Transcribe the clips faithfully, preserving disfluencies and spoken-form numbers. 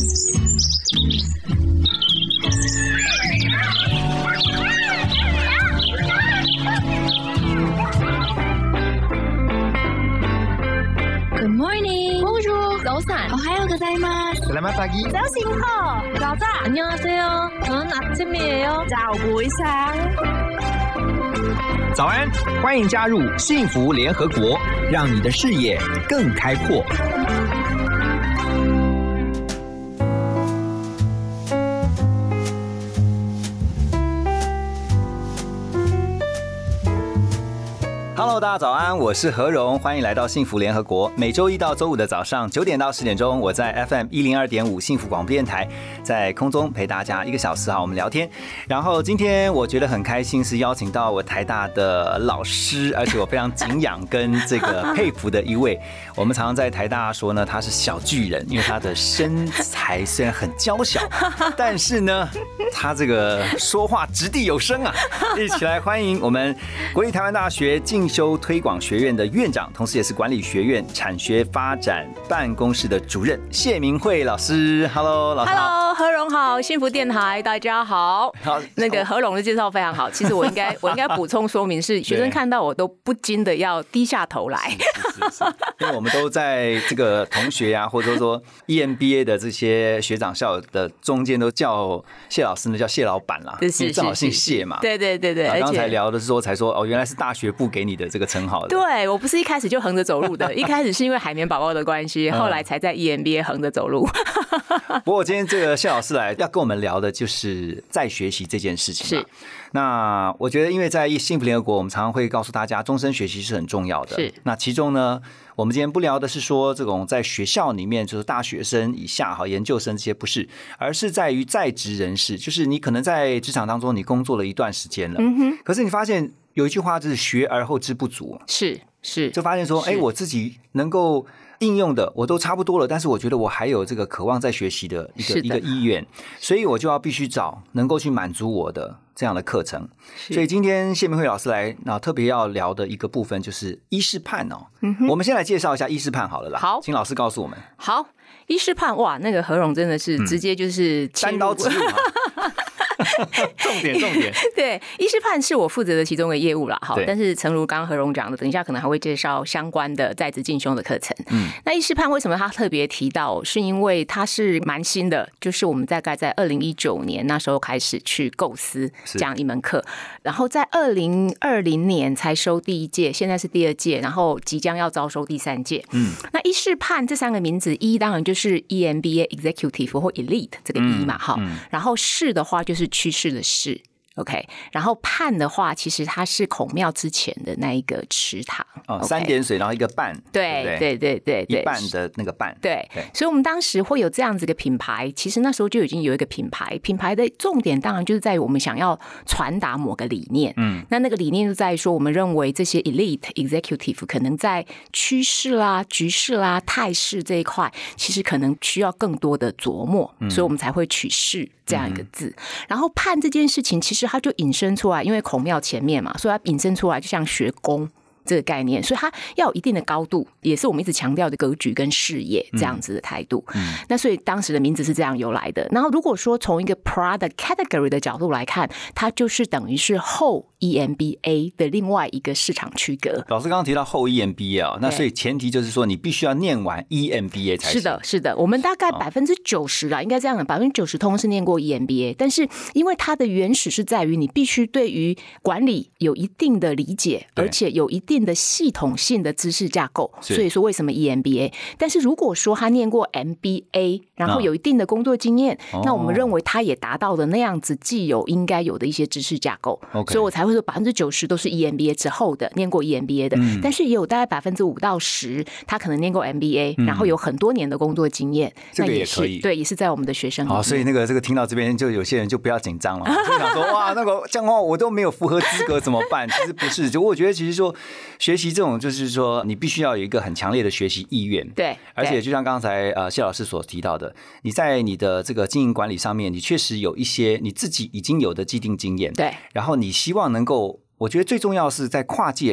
Good morning. Bonjour. 早安。오하요 고자이마스. Selamat pagi. 早醒好.早安. 안녕하세요. 저는 아침이에요. 早不一상 早安，欢迎加入幸福联合国，让你的视野更开阔。Hello， 大家早安，我是何荣，欢迎来到幸福联合国。每周一到周五的早上九点到十点钟，我在 F M 一零二点五幸福广播电台，在空中陪大家一个小时哈，我们聊天。然后今天我觉得很开心，是邀请到我台大的老师，而且我非常敬仰跟这个佩服的一位。我们常常在台大说呢，他是小巨人，因为他的身材虽然很娇小，但是呢，他这个说话掷地有声啊！一起来欢迎我们国立台湾大学进修推广学院的院长，同时也是管理学院产学发展办公室的主任谢明慧老师。Hello， 老师好。 Hello， 何荣好，幸福电台大家好。好，那个何荣的介绍非常好。其实我应该我应该补充说明是，学生看到我都不禁的要低下头来。 是是是，因为我们都在这个同学呀、啊，或者说 E M B A 的这些学长校友的中间都叫谢老师呢，叫谢老板啦，因为正好姓谢嘛。 对对对对， 刚才聊的时候才说哦，原来是大学部给你的这个称号的。 对，我不是一开始就横着走路的，一开始是因为海绵宝宝的关系，后来才在 E M B A 横着走路。 不过今天这个谢老师来要跟我们聊的就是在学习这件事情嘛。是。那我觉得，因为在幸福联合国，我们常常会告诉大家，终身学习是很重要的。是。那其中呢，我们今天不聊的是说这种在学校里面就是大学生以下哈研究生这些不是，而是在于在职人士，就是你可能在职场当中你工作了一段时间了，嗯哼，可是你发现有一句话就是学而后知不足， 是是， 就发现说，哎，我自己能够应用的我都差不多了，但是我觉得我还有这个渴望在学习的一个一个意愿，所以我就要必须找能够去满足我的这样的课程。所以今天谢明慧老师来，那特别要聊的一个部分就是医师判哦。嗯、我们先来介绍一下医师判好了啦。好，请老师告诉我们。 好，医师判哇，那个何荣真的是直接就是单刀直入哈。重点重点， 对，医师判是我负责的其中的业务啦，好，但是诚如刚刚何荣讲的，等一下可能还会介绍相关的在职进修的课程。嗯，那医师判为什么他特别提到？是因为它是蛮新的，就是我们大概在二零一九年那时候开始去构思这样一门课，然后在二零二零年才收第一届，现在是第二届，然后即将要招收第三届。嗯，那医师判这三个名字，一当然就是 E M B A Executive 或 Elite 这个一嘛，哈、嗯嗯，然后士的话就是趋势的势 ，OK， 然后判的话，其实它是孔庙之前的那一个池塘， 哦， okay，三点水，然后一个半， 对对对对对， 一半的那个半， 对，所以我们当时会有这样子的品牌，其实那时候就已经有一个品牌，品牌的重点当然就是在于我们想要传达某个理念，嗯，那那个理念就在于说，我们认为这些 elite executive 可能在趋势啦、局势啦、态势这一块，其实可能需要更多的琢磨，嗯，所以我们才会取势这样一个字，嗯，然后判这件事情，其实它就引申出来，因为孔庙前面嘛，所以它引申出来就像学宫这个概念，所以它要有一定的高度，也是我们一直强调的格局跟视野这样子的态度，嗯，那所以当时的名字是这样由来的。然后如果说从一个 product category 的角度来看，它就是等于是后 E M B A 的另外一个市场区隔。 老师刚刚提到后 E M B A 啊，那所以前提就是说你必须要念完 E M B A 才行。 是的，是的，我们大概百分之九十啦，应该这样的，百分之九十通是念过 E M B A， 但是因为它的原始是在于你必须对于管理有一定的理解，而且有一定的系统性的知识架构，所以说为什么 E M B A？ 但是如果说他念过 M B A， 然后有一定的工作经验，哦，那我们认为他也达到了那样子既有应该有的一些知识架构，okay，所以我才会说百分之九十都是 E M B A 之后的念过 E M B A 的，嗯，但是也有大概百分之五到十，他可能念过 M B A，嗯，然后有很多年的工作经验， 这个也可以， 对，也是在我们的学生里面。 好，所以那个这个听到这边，就有些人就不要紧张了，就想说哇，那个这样的话我都没有符合资格怎么办？其实不是，就我觉得其实说学习这种就是说你必须要有一个很强烈的学习意愿， 对， 而且就像刚才呃谢老师所提到的，你在你的这个经营管理上面，你确实有一些你自己已经有的既定经验， 对， 然后你希望能够，我觉得最重要是在跨界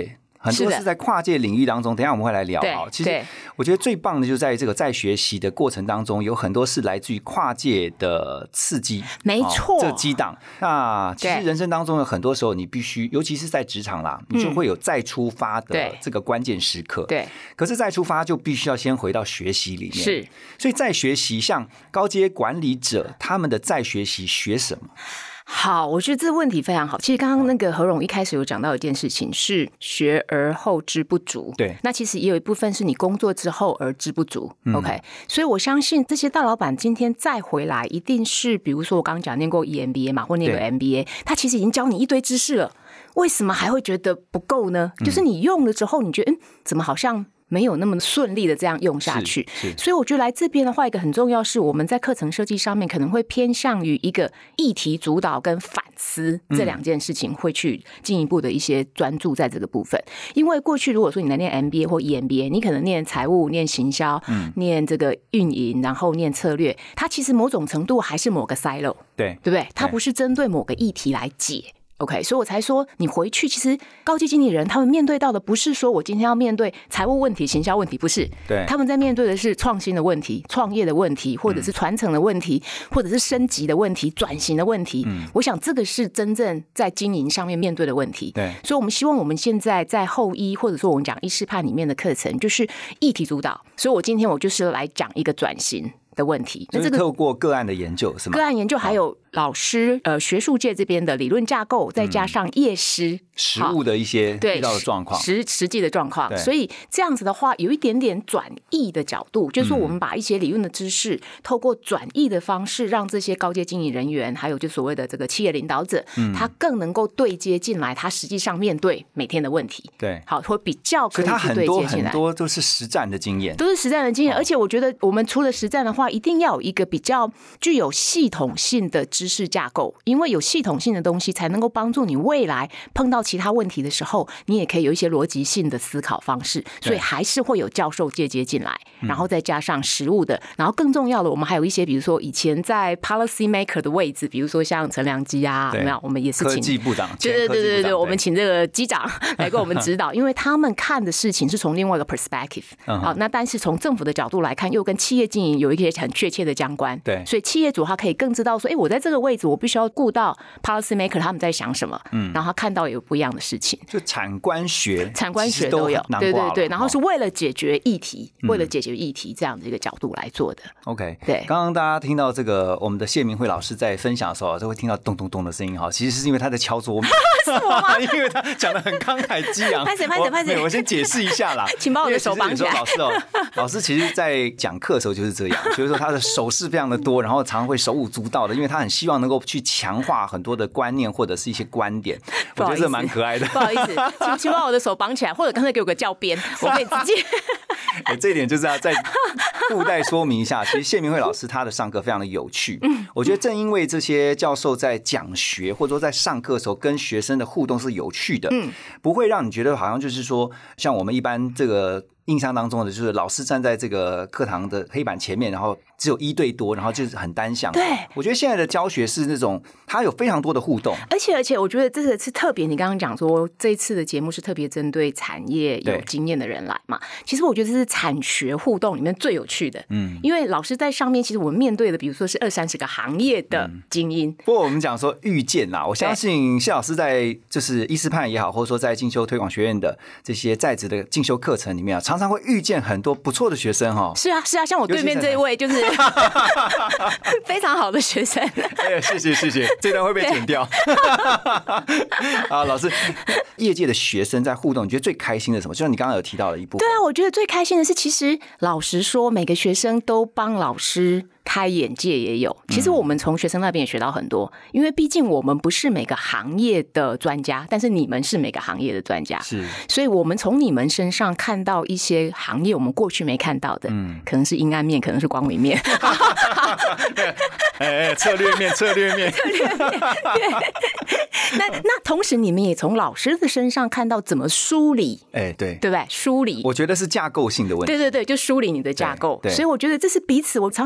很多是在跨界领域当中，等一下我们会来聊啊。其实我觉得最棒的就在这个在学习的过程当中，有很多是来自于跨界的刺激， 没错， 这个激荡。那其实人生当中有很多时候，你必须，尤其是在职场啦，你就会有再出发的这个关键时刻。 对， 可是再出发就必须要先回到学习里面。 是， 所以再学习，像高阶管理者他们的再学习学什么？ 好，我觉得这个问题非常好。其实刚刚那个何荣一开始有讲到一件事情，是学而后知不足。 对， 那其实也有一部分是你工作之后而知不足。嗯、OK， 所以我相信这些大老板今天再回来，一定是比如说我刚刚讲念过 E M B A 嘛，或念过 M B A， 他其实已经教你一堆知识了，为什么还会觉得不够呢？就是你用了之后，你觉得嗯，怎么好像没有那么顺利的这样用下去，所以我觉得来这边的话，一个很重要是我们在课程设计上面可能会偏向于一个议题主导跟反思这两件事情，会去进一步的一些专注在这个部分。因为过去如果说你来念 M B A 或 E M B A， 你可能念财务、念行销、嗯、念这个运营，然后念策略，它其实某种程度还是某个 silo， 对对不对？它不是针对某个议题来解。OK， 所以我才说你回去，其实高级经理人他们面对到的不是说我今天要面对财务问题、行销问题，不是， 对， 他们在面对的是创新的问题、创业的问题，或者是传承的问题，嗯、或者是升级的问题、转型的问题。嗯，我想这个是真正在经营上面面对的问题。 对， 所以我们希望我们现在在后一，或者说我们讲医师派里面的课程，就是议题主导。所以我今天我就是来讲一个转型的问题， 那这个透过个案的研究是吗？ 个案研究还有老师呃学术界这边的理论架构，再加上业师实务的一些遇到的状况， 实实际的状况，所以这样子的话，有一点点转译的角度，就是说我们把一些理论的知识，透过转译的方式，让这些高阶经理人员，还有就所谓的这个企业领导者，嗯、他更能够对接进来，他实际上面对每天的问题， 对， 好，会比较可以去对接进来。 所以他很多很多都是实战的经验， 都是实战的经验，而且我觉得我们除了实战的话，一定要有一个比较具有系统性的知识架构，因为有系统性的东西才能够帮助你未来碰到其他问题的时候，你也可以有一些逻辑性的思考方式，所以还是会有教授借接进来，然后再加上实务的，然后更重要的，我们还有一些比如说以前在 policy maker 的位置，比如说像陈良基啊，有没有？我们也是请科技部长， 对对对对对，我们请这个机长来给我们指导，因为他们看的事情是从另外一个 perspective， 好，那但是从政府的角度来看，又跟企业经营有一些很确切的相关， 对， 所以企业主他可以更知道说，哎，我在这个位置，我必须要顾到 policy maker 他们在想什么，嗯，然后他看到有不一样的事情， 就产官学， 产官学都有，对对对，然后是为了解决议题，嗯、为了解决议题这样的一个角度来做的。 OK， 对， 刚刚大家听到这个我们的谢明慧老师在分享的时候，就会听到咚咚咚的声音哈，其实是因为他在敲桌面， 是我吗？ 因为他讲的很慷慨激昂。 拍谁拍谁拍谁， 我先解释一下啦， 请把我的手绑起来。 老师哦，老师其实在讲课的时候就是这样，所以说他的手势非常的多，然后常常会手舞足蹈的，因为他很希望能够去强化很多的观念或者是一些观点，我觉得这蛮可爱的。 不好意思，请请把我的手绑起来，或者刚才给我个教鞭，我可以直接。 欸、这一点就是要再附带说明一下，其实谢明慧老师他的上课非常的有趣。嗯，我觉得正因为这些教授在讲学或者说在上课的时候跟学生的互动是有趣的，嗯，不会让你觉得好像就是说像我们一般这个印象当中的，就是老师站在这个课堂的黑板前面，然后只有一对多，然后就是很单向。 对， 我觉得现在的教学是那种它有非常多的互动， 而且而且我觉得这个是特别，你刚刚讲说这一次的节目是特别针对产业有经验的人来嘛，其实我觉得这是产学互动里面最有趣的，嗯，因为老师在上面，其实我们面对的，比如说是二三十个行业的精英。嗯、 不过我们讲说遇见啦，我相信谢老师在就是医师派也好，或者说在进修推广学院的这些在职的进修课程里面啊，常常会遇见很多不错的学生哈。 是啊是啊，像我对面这一位就是非常好的学生。 哎呀，谢谢谢谢，这段会被剪掉。啊，老师，业界的学生在互动，你觉得最开心的是什么？就像你刚刚有提到的一部分。 对啊，我觉得最开心的是，其实老实说，每个学生都帮老师开眼界也有。其实我们从学生那边也学到很多，因为毕竟我们不是每个行业的专家，但是你们是每个行业的专家， 是， 所以我们从你们身上看到一些行业我们过去没看到的，嗯，可能是阴暗面，可能是光明面。 哎哎，策略面，策略面， 策略面，对。那那同时，你们也从老师的身上看到怎么梳理， 哎，对， 对不对？梳理， 我觉得是架构性的问题。 对对对，就梳理你的架构。所以我觉得这是彼此，我常常约喝这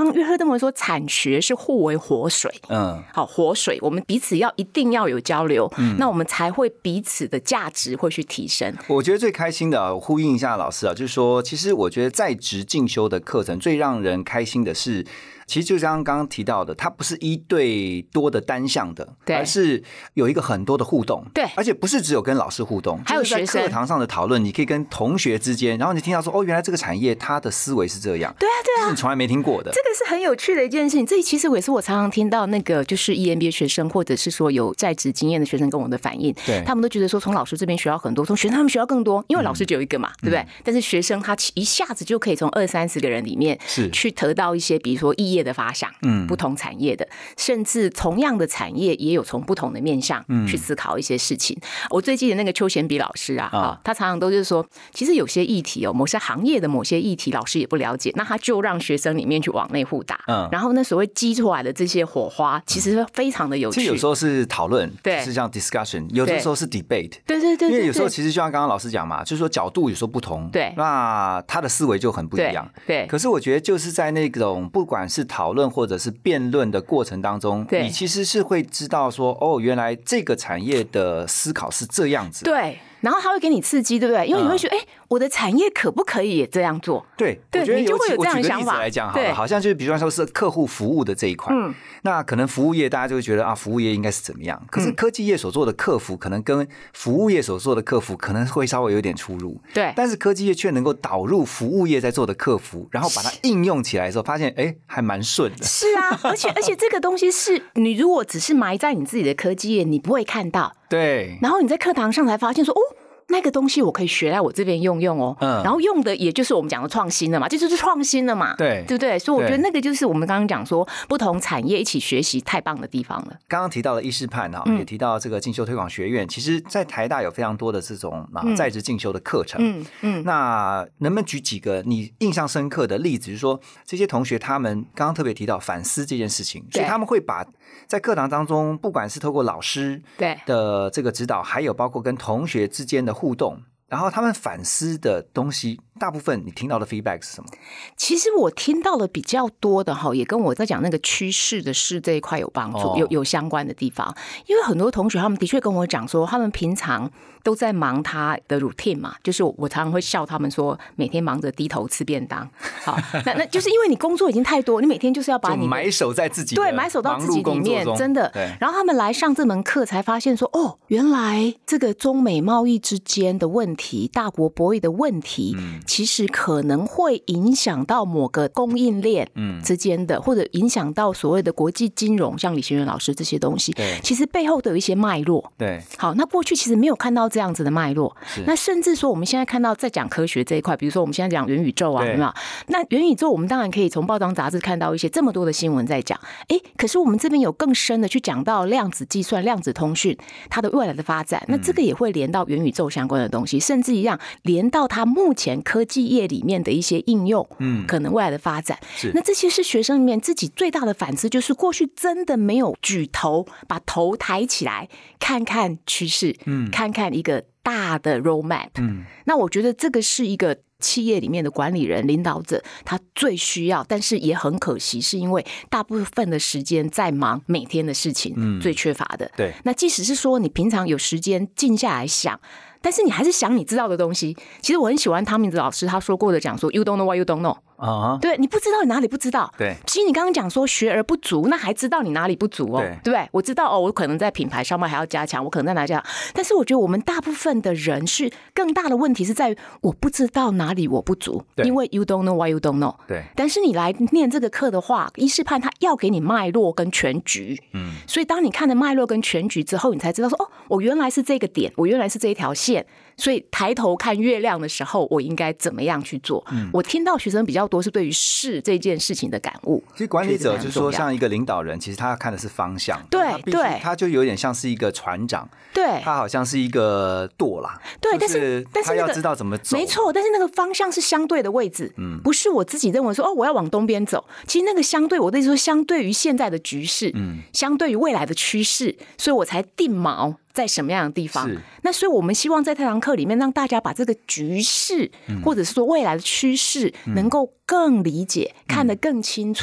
认为说产学是互为活水，嗯，好，活水，我们彼此要一定要有交流，嗯，那我们才会彼此的价值会去提升。 我觉得最开心的、啊，我呼应一下老师啊，就是说，其实我觉得在职进修的课程最让人开心的是。其实就像刚刚提到的，它不是一对多的单向的，而是有一个很多的互动， 对， 而且不是只有跟老师互动， 还有学生在课堂上的讨论，你可以跟同学之间，然后你听到说，哦，原来这个产业它的思维是这样， 对啊，对啊， 是你从来没听过的， 这个是很有趣的一件事情。这其实也是我常常听到那个就是 E M B A 学生，或者是说有在职经验的学生跟我的反应，对，他们都觉得说从老师这边学到很多，从学生他们学到更多，因为老师只有一个嘛，嗯、对不对？嗯、但是学生他一下子就可以从二三十个人里面是去得到一些，比如说异业的发想，嗯。不同产业的，甚至同样的产业也有从不同的面向去思考一些事情。嗯、我最记得那个邱贤比老师啊，哦、他常常都是说，其实有些议题哦，某些行业的某些议题，老师也不了解，那他就让学生里面去往内互打。嗯、然后呢，所谓激出来的这些火花，其实非常的有趣。 其实有时候是讨论， 对， 是像 discussion， 有的时候是 debate， 对对 对, 对， 因为有时候其实就像刚刚老师讲嘛，就是说角度有时候不同，对，那他的思维就很不一样。对，对可是我觉得就是在那种不管是讨论或者是辩论的过程当中，你其实是会知道说，哦，原来这个产业的思考是这样子。 对。然后他会给你刺激，对不对？因为你会觉得，哎、嗯，我的产业可不可以也这样做？ 对， 对， 我觉得你就会有这样的想法。 我举个例子来讲好了，好像就是比如说是客户服务的这一块，嗯，那可能服务业大家就会觉得啊，服务业应该是怎么样？可是科技业所做的客服，可能跟服务业所做的客服可能会稍微有点出入。 对， 但是科技业却能够导入服务业在做的客服，然后把它应用起来的时候，发现哎，还蛮顺的。 是啊，而且而且这个东西是你如果只是埋在你自己的科技业，你不会看到。 对， 然后你在课堂上才发现说，哦。那个东西我可以学在我这边用用哦，嗯，然后用的也就是我们讲的创新了嘛，这就是创新了嘛， 对， 对不对？所以我觉得那个就是我们刚刚讲说不同产业一起学习太棒的地方了。 刚刚提到了医师判啊，嗯、也提到这个进修推广学院，其实在台大有非常多的这种啊在职进修的课程，嗯嗯，那能不能举几个你印象深刻的例子？就是说这些同学他们刚刚特别提到反思这件事情，所以他们会把在课堂当中，不管是透过老师的这个指导，还有包括跟同学之间的互动。然后他们反思的东西，大部分你听到的 feedback 是什么？ 其实我听到的比较多的哈，也跟我在讲那个趋势的事这一块有帮助，哦、有有相关的地方。因为很多同学他们的确跟我讲说，他们平常都在忙他的 routine 嘛，就是我常常会笑他们说，每天忙着低头吃便当。好，那那就是因为你工作已经太多，你每天就是要把你埋首在自己对埋首到自己里面，真的。然后他们来上这门课才发现说，哦，原来这个中美贸易之间的问题。大国博弈的问题，嗯、其实可能会影响到某个供应链之间的，嗯、或者影响到所谓的国际金融，像李行元老师这些东西，其实背后都有一些脉络。 对， 好，那过去其实没有看到这样子的脉络。那甚至说，我们现在看到在讲科学这一块，比如说我们现在讲元宇宙啊，有没有？那元宇宙，我们当然可以从报章杂志看到一些这么多的新闻在讲。哎，可是我们这边有更深的去讲到量子计算、量子通讯它的未来的发展，那这个也会连到元宇宙相关的东西。甚至一样连到它目前科技业里面的一些应用，嗯，可能未来的发展。那这些是学生里面自己最大的反思，就是过去真的没有举头把头抬起来看看趋势，嗯，看看一个大的 roadmap，嗯，那我觉得这个是一个企业里面的管理人、领导者，他最需要，但是也很可惜，是因为大部分的时间在忙每天的事情，最缺乏的。嗯、对，那即使是说你平常有时间静下来想。但是你还是想你知道的东西。其实我很喜欢汤明子老师他说过的讲说 You don't know what you don't know。Uh-huh. 对，你不知道你哪里不知道。对，其实你刚刚讲说学而不足，那还知道你哪里不足哦，对，对不对？我知道哦，我可能在品牌上面还要加强，我可能在哪加强。但是我觉得我们大部分的人是更大的问题是在于我不知道哪里我不足，因为 You don't know what you don't know。对，但是你来念这个课的话，医师判他要给你脉络跟全局。嗯，所以当你看了脉络跟全局之后，你才知道说哦，我原来是这个点，我原来是这一条线。所以抬头看月亮的时候，我应该怎么样去做？嗯、我听到学生比较多是对于事这件事情的感悟。 其实管理者就是说，像一个领导人，其实他看的是方向， 对对， 他就有点像是一个船长， 对， 他好像是一个舵啦， 对， 就是、 但是但是、那个、 他要知道怎么走， 没错，但是那个方向是相对的位置，嗯，不是我自己认为说哦，我要往东边走。其实那个相对，我的意思说，相对于现在的局势，嗯，相对于未来的趋势，所以我才定锚。在什么样的地方？那所以我们希望在这堂课里面让大家把这个局势，嗯、或者是说未来的趋势，能够更理解、嗯、看得更清楚，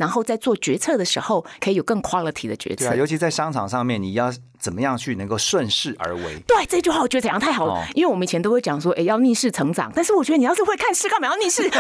然后在做决策的时候可以有更 quality 的决策。 对啊，尤其在商场上面，你要怎么样去能够顺势而为？ 对，这句话我觉得讲得太好了，哦、因为我们以前都会讲说，哎，要逆势成长，但是我觉得你要是会看势，干嘛要逆势？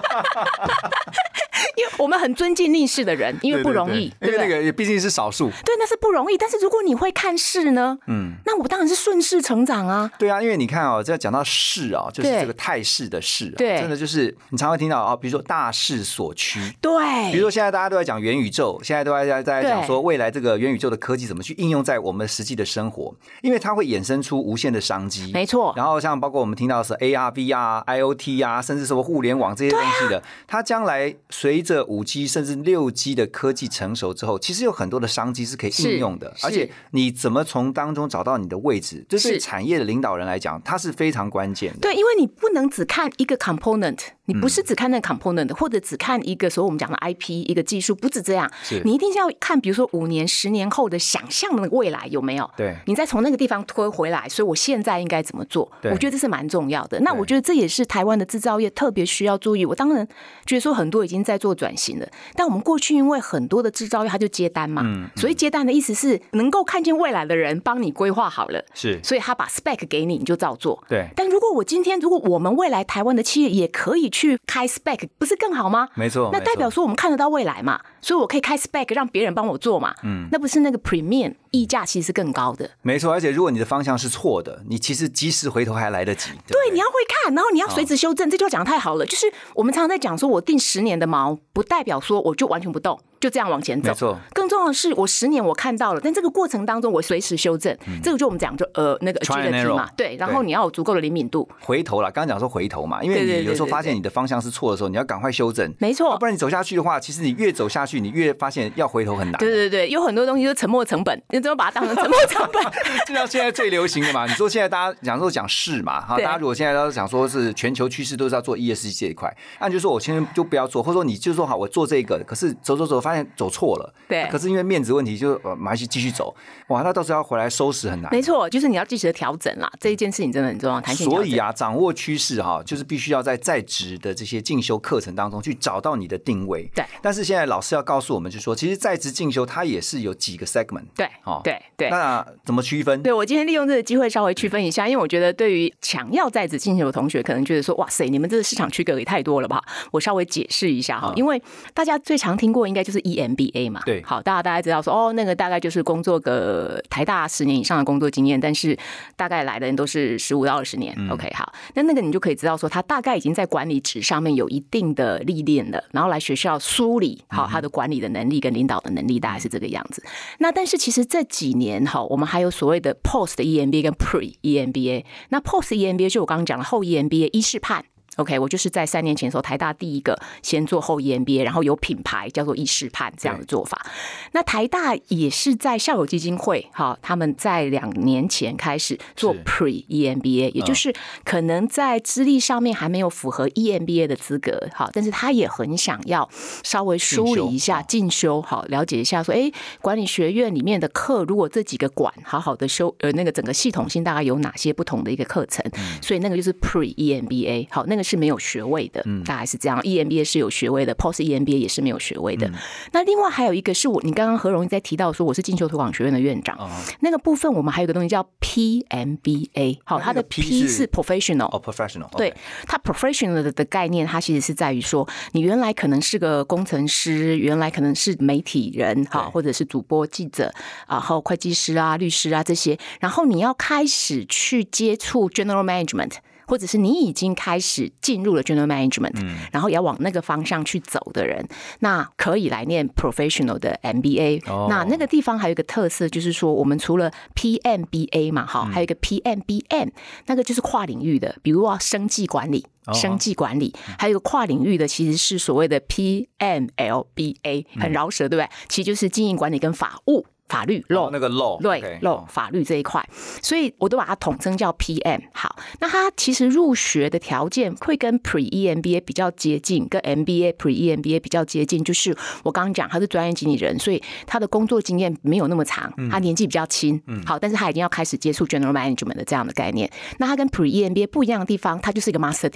因为我们很尊敬逆势的人，因为不容易， 对对对，因为那个毕竟是少数， 对，那是不容易。但是如果你会看势呢，嗯，那我当然是顺势成长啊。 对啊，因为你看哦，这讲到势啊、哦，就是这个态势的势、哦， 对， 真的就是你常会听到啊、哦，比如说大势所趋， 对， 比如说现在大家都在讲元宇宙，现在都在在讲说未来这个元宇宙的科技怎么去应用在我们实际的生活，因为它会衍生出无限的商机， 没错。 然后像包括我们听到的是 A R、V R、I O T 啊，甚至什么互联网这些东西的，啊、它将来随着五 G 甚至六 G 的科技成熟之后，其实有很多的商机是可以应用的，而且你怎么从当中找到你的位置，这对产业的领导人来讲，它是非常关键的。 对，因为你不能只看一个 component， 你不是只看那个 component，、嗯、或者只看一个所谓我们讲的 I P 一个技术，不止这样，你一定是要看，比如说五年、十年后的想象的未来有没有？对，你再从那个地方推回来，所以我现在应该怎么做？我觉得这是蛮重要的。那我觉得这也是台湾的制造业特别需要注意。我当然觉得说很多已经在做转型了，但我们过去因为很多的制造业它就接单嘛，嗯嗯、所以接单的意思是能够看见未来的人帮你规划好了，是，所以他把 spec 给你，你就照做。对。但如果我今天，如果我们未来台湾的企业也可以去开 spec， 不是更好吗？没错。那代表说我们看得到未来嘛，所以我可以开 spec 让别人帮我做嘛。嗯。那不是那个 premium 溢价其实是更高的。 没错，而且如果你的方向是错的，你其实及时回头还来得及。对， 对，你要会看，然后你要随时修正。哦、这句话讲得太好了，就是我们常常在讲说，我定十年的锚，不代表说我就完全不动。就这样往前走，没错。更重要的是，我十年我看到了，但这个过程当中我随时修正，嗯、这个就我们讲就呃那个 agility 嘛，对。然后你要有足够的灵敏度。 回头啦，刚刚讲说回头嘛，因为你有时候发现你的方向是错的时候，你要赶快修正， 没错。 不然你走下去的话，其实你越走下去，你越发现要回头很难。 对对对，有很多东西就是沉没成本，你怎么把它当成沉没成本？ 就像现在最流行的嘛，你说现在大家讲说讲势嘛，哈，大家如果现在都讲说是全球趋势都是要做 E S G 这一块，那你就说我现在就不要做，或者说你就说好我做这个，可是走走走发现走错了。对，可是因为面子问题就，就呃马上继续走，哇，那到时候要回来收拾很难。 没错，就是你要及时的调整啦，这一件事情真的很重要。弹性调整。 所以啊，掌握趋势哈，就是必须要在在职的这些进修课程当中去找到你的定位。对。但是现在老师要告诉我们，就说其实在职进修它也是有几个 segment。对，哦，对对。那怎么区分？ 对，我今天利用这个机会稍微区分一下，因为我觉得对于想要在职进修的同学，可能觉得说，哇塞，你们这个市场区隔也太多了吧？我稍微解释一下哈，因为大家最常听过应该就是 E M B A 嘛。对，好，大家大概知道说，哦，那个大概就是工作个台大十年以上的工作经验，但是大概来的人都是十五到二十年。嗯、OK， 好，那那个你就可以知道说，他大概已经在管理职上面有一定的历练了，然后来学校梳理好他的管理的能力跟领导的能力，大概是这个样子。那但是其实这几年哈，我们还有所谓的 Post E M B A 跟 Pre E M B A。那 Post E M B A 就我刚刚讲的后 E M B A 医事判。OK， 我就是在三年前的时候，台大第一个先做后 E M B A， 然后有品牌叫做医事判这样的做法。那台大也是在校友基金会，哈，他们在两年前开始做 Pre E M B A， 也就是可能在资历上面还没有符合 E M B A 的资格，好，但是他也很想要稍微梳理一下进修，好，了解一下说，哎，管理学院里面的课，如果这几个馆好好的修，呃，那个整个系统性大概有哪些不同的一个课程，嗯、所以那个就是 Pre E M B A， 好，那个是没有学位的，大概是这样。E M B A 是有学位的 ，Post E M B A 也是没有学位的。嗯、那另外还有一个是我，你刚刚何荣在提到说我是进修推广学院的院长，哦、那个部分我们还有一个东西叫 P M B A， 好，它的 P 是 professional， 哦 professional， 对，它 professional 的概念，它其实是在于说，你原来可能是个工程师，原来可能是媒体人，好，或者是主播、记者，然后会计师啊、律师啊这些，然后你要开始去接触 general management。或者是你已经开始进入了 general management，嗯、然后也要往那个方向去走的人，那可以来念 professional 的 M B A。哦、那那个地方还有一个特色，就是说我们除了 P M B A 嘛，哈，还有一个 P M B M， 那个就是跨领域的，比如说生技管理。生技管理，还有一个跨领域的，其实是所谓的 P M L B A， 很饶舌，对不对？其实就是经营管理跟法务。法律 law、哦、 那个 law 对 okay, law、哦、法律这一块，所以我都把它统称叫 P M。 好，那它其实入学的条件会跟 Pre E M B A 比较接近，跟 M B A Pre E M B A 比较接近，就是我刚刚讲他是专业经理人，所以他的工作经验没有那么长，他年纪比较轻，嗯、好，但是他已经要开始接触 general management 的这样的概念。那他跟 Pre E M B A 不一样的地方，他就是一个 master degree。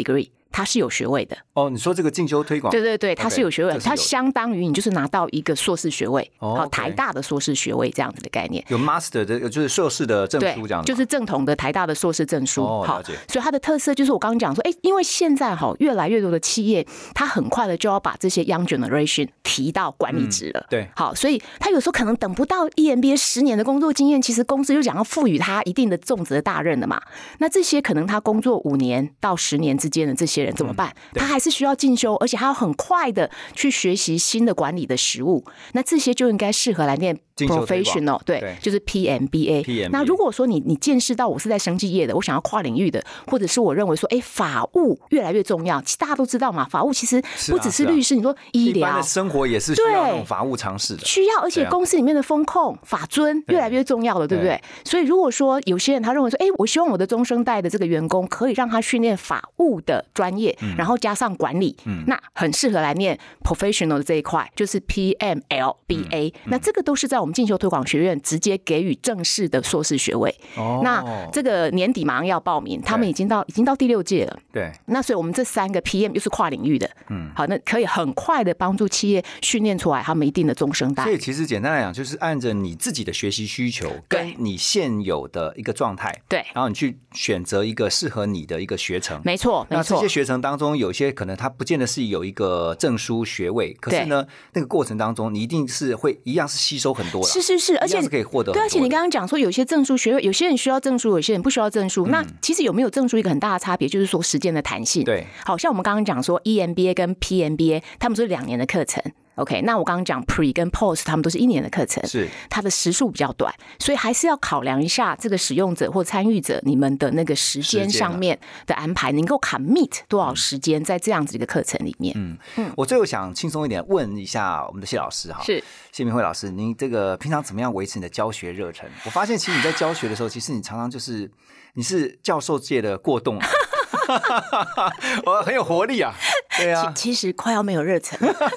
它是有学位的。 哦，你说这个进修推广？ 对对对，它是有学位， okay, 它相当于你就是拿到一个硕士学位，好、 哦 okay 台大的硕士学位这样子的概念。 有 master 的，就是硕士的证书这样子， 就是正统的台大的硕士证书。 哦， 好， 了解。 所以它的特色就是我刚刚讲说，哎，因为现在哈越来越多的企业，它很快的就要把这些 young generation 提到管理职了。 嗯、对， 好，所以他有时候可能等不到 E M B A 十年的工作经验，其实公司就想要赋予他一定的重责大任了嘛。那这些可能他工作五年到十年之间的这些人怎么办？嗯、他还是需要进修，而且他要很快的去学习新的管理的实务。那这些就应该适合来念 professional， 对，对，就是 P M B A。那如果说你你见识到我是在生技业的，我想要跨领域的，或者是我认为说，哎，法务越来越重要。其实大家都知道嘛，法务其实不只是律师，啊啊、你说医疗、一般的生活也是需要那种法务常识的， 需要。而且公司里面的风控、法遵越来越重要了，对不对？所以如果说有些人他认为说，哎，我希望我的中生代的这个员工可以让他训练法务的专业，嗯、然后加上管理，嗯、那很适合来念 professional 的这一块，就是 P M L B A、嗯。那这个都是在我们进修推广学院直接给予正式的硕士学位。哦，那这个年底马上要报名，他们已经到已经到第六届了。 对， 那所以我们这三个 P M 就是跨领域的，嗯，好，那可以很快的帮助企业训练出来他们一定的中生代。 所以其实简单来讲，就是按着你自己的学习需求跟你现有的一个状态， 对， 然后你去选择一个适合你的一个学程。 没错，没错。 那这些学程当中，有些可能它不见得是有一个证书学位，可是呢，那个过程当中，你一定是会一样是吸收很多了。 是是是，而且是可以获得。 对，而且你刚刚讲说，有些证书学位，有些人需要证书，有些人不需要证书。嗯、那其实有没有证书一个很大的差别，就是说时间的弹性。 对， 好像我们刚刚讲说 E M B A 跟 P M B A， 他们是两年的课程。OK， 那我刚刚讲 Pre 跟 Post， 他们都是一年的课程， 是它的时数比较短，所以还是要考量一下这个使用者或参与者你们的那个时间上面的安排，能够 commit 多少时间在这样子一个课程里面。 嗯嗯，我最后想轻松一点问一下我们的谢老师哈， 是谢明慧老师，您这个平常怎么样维持你的教学热忱？我发现其实你在教学的时候，其实你常常就是你是教授界的过动。我很有活力啊，对啊， 其实快要没有热忱，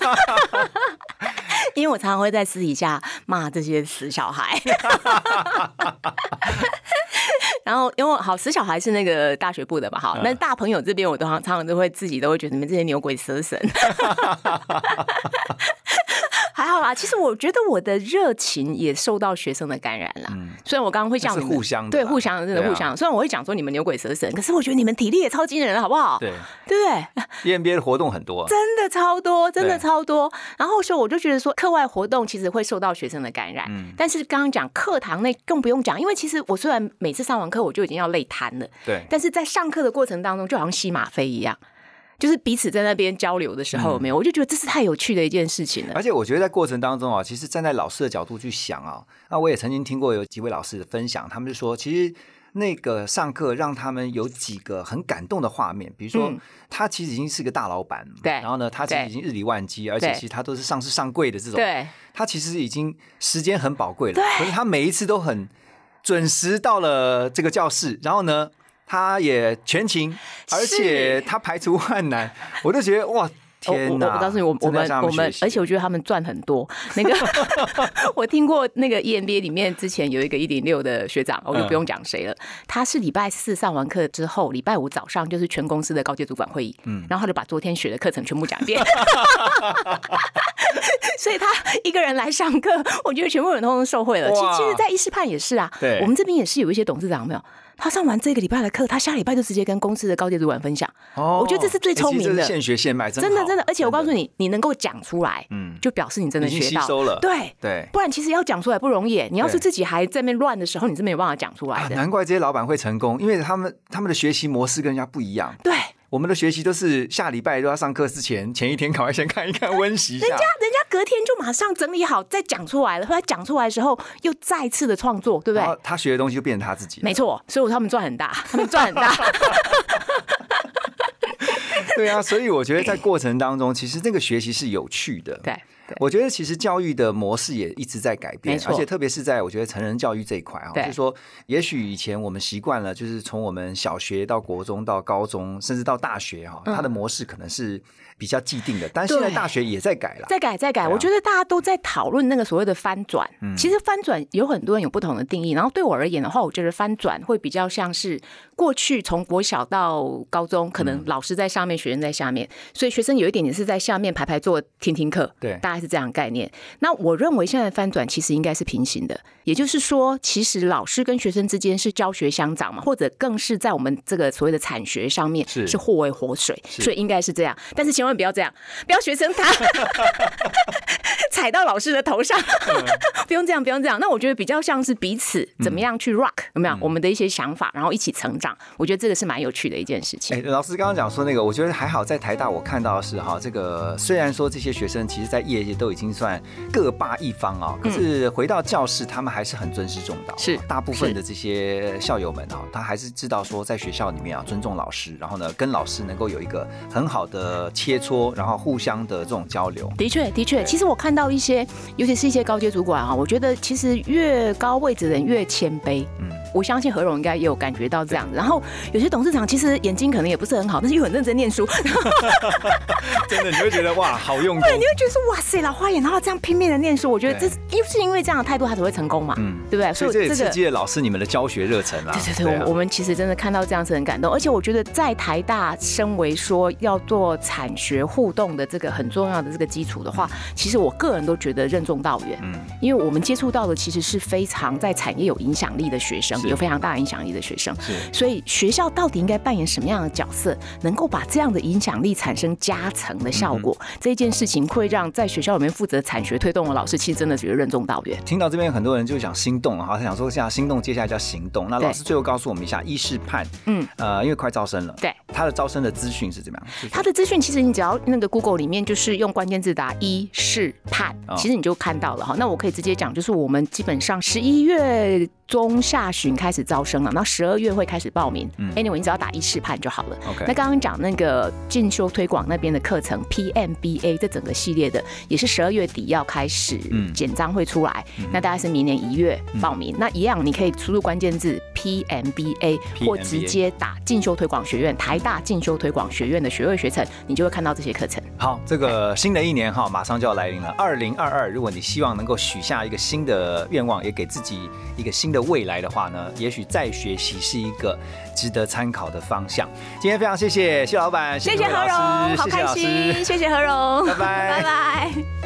因为我常常会在私底下骂这些死小孩。然后因为好死小孩是那个大学部的嘛，好，那大朋友这边我都常常都会自己都会觉得你们这些牛鬼蛇神。还好啦，其实我觉得我的热情也受到学生的感染啦。嗯、虽然我刚刚会讲是互相的， 对，互相真的互相。啊、虽然我会讲说你们牛鬼蛇神，可是我觉得你们体力也超惊人了，好不好？ 对， 对不对 ？E M B A 的活动很多， 真的超多，真的超多。然后所以我就觉得说，课外活动其实会受到学生的感染。嗯、但是刚刚讲课堂内更不用讲，因为其实我虽然每次上完课我就已经要累瘫了， 对， 但是在上课的过程当中就好像吸吗啡一样。就是彼此在那边交流的时候，有没有？我就觉得这是太有趣的一件事情了。 而且我觉得在过程当中啊，其实站在老师的角度去想啊，那我也曾经听过有几位老师的分享，他们就说，其实那个上课让他们有几个很感动的画面，比如说、嗯、他其实已经是个大老板， 对， 然后呢，他其实已经日理万机，而且其实他都是上市上柜的这种， 对， 他其实已经时间很宝贵了，可是他每一次都很准时到了这个教室，然后呢。他也全勤，而且他排除万难，我就觉得哇，天哪！ 我我告诉你，我我们我们，而且我觉得他们赚很多。那个我听过那个 E M B A 里面之前有一个一点六的学长，我就不用讲谁了。嗯、他是礼拜四上完课之后，礼拜五早上就是全公司的高阶主管会议，嗯，然后他就把昨天学的课程全部讲一遍。所以他一个人来上课，我觉得全部人都能受惠了。其其实，在医师判也是啊， 对， 我们这边也是有一些董事长，有没有？他上完这个礼拜的课，他下礼拜就直接跟公司的高阶主管分享。哦，我觉得这是最聪明的， 现学现卖，真的真的。而且我告诉你，你能够讲出来，嗯，就表示你真的学到， 已经吸收了。 对对， 不然其实要讲出来不容易。你要是自己还在那边乱的时候，你是没有办法讲出来的。 啊、难怪这些老板会成功，因为他们他们的学习模式跟人家不一样。 对。 我们的学习都是下礼拜都要上课之前，前一天赶快先看一看，温习一下。 人家人家隔天就马上整理好，再讲出来了。后来讲出来的时候，又再次的创作，对不对？ 然后他学的东西就变成他自己。 没错，所以他们赚很大，他们赚很大。 对啊，所以我觉得在过程当中，其实这个学习是有趣的。 对。 我觉得其实教育的模式也一直在改变，而且特别是在我觉得成人教育这一块啊，就是说，也许以前我们习惯了，就是从我们小学到国中到高中，甚至到大学哈，它的模式可能是比较既定的，但是现在大学也在改了， 在改在改。我觉得大家都在讨论那个所谓的翻转，嗯、其实翻转有很多人有不同的定义。然后对我而言的话，我觉得翻转会比较像是过去从国小到高中，可能老师在上面，学生在下面，所以学生有一点点是在下面排排坐听听课， 对， 大概是这样的概念。那我认为现在的翻转其实应该是平行的，也就是说，其实老师跟学生之间是教学相长嘛，或者更是在我们这个所谓的产学上面是互为活水，所以应该是这样。但是千万不要这样，不要学生他踩到老师的头上，不用这样，不用这样。那我觉得比较像是彼此怎么样去 rock， 有没有、嗯、我们的一些想法，然后一起成长。我觉得这个是蛮有趣的一件事情。 欸、老师刚刚讲说那个，我觉得还好，在台大我看到的是哈，这个虽然说这些学生其实在业界都已经算各霸一方啊，可是回到教室，他们还是很尊师重道。 是， 大部分的这些校友们啊，他还是知道说在学校里面啊尊重老师，然后呢跟老师能够有一个很好的切磋，然后互相的这种交流。 的确，的确，其实我看到一些，尤其是一些高阶主管啊，我觉得其实越高位置的人越谦卑。嗯，我相信何荣应该也有感觉到这样子。然后有些董事长其实眼睛可能也不是很好，但是又很认真念书。 真的，你会觉得哇，好用功。 对，你会觉得说哇塞，老花眼，然后这样拼命的念书，我觉得这是就是因为这样的态度，他才会成功嘛，嗯，对不对？ 所以这也刺激了老师你们的教学热忱啦。 对对对，我们其实真的看到这样子很感动，而且我觉得在台大身为说要做产学互动的这个很重要的这个基础的话，其实我个人都觉得任重道远，嗯，因为我们接触到的其实是非常在产业有影响力的学生，有非常大影响力的学生，所以学校到底应该扮演什么样的角色，能够把这样的影响力产生加成的效果，嗯、这件事情会让在学校里面负责产学推动的老师，其实真的觉得任重道远。 听到这边很多人就想心动哈，他想说现在心动，接下来叫行动。那老师最后告诉我们一下，医事判，嗯，呃，因为快招生了， 对， 他的招生的资讯是怎么样？ 他的资讯其实你只要那个 Google 里面就是用关键字打医事判，哦、其实你就看到了哈。那我可以直接讲，就是我们基本上十一月中下旬开始招生了，然后十二月会开始报名。嗯、anyway， 你只要打医事判就好了。Okay. 那刚刚讲那个进修推广那边的课程 P M B A 这整个系列的，也是十二月底要开始简章会出来，嗯、那大概是明年一月报名。嗯、那一样，你可以输入关键字 P M B A， 或直接打进修推广学院、台大进修推广学院的学位学程，你就会看到这些课程。 好，这个新的一年哈，马上就要来临了，二零二二。如果你希望能够许下一个新的愿望，也给自己一个新的未来的话呢，也许再学习是一个值得参考的方向。今天非常谢谢谢老板， 谢谢何荣，好开心，谢谢何荣， 拜拜， 拜拜。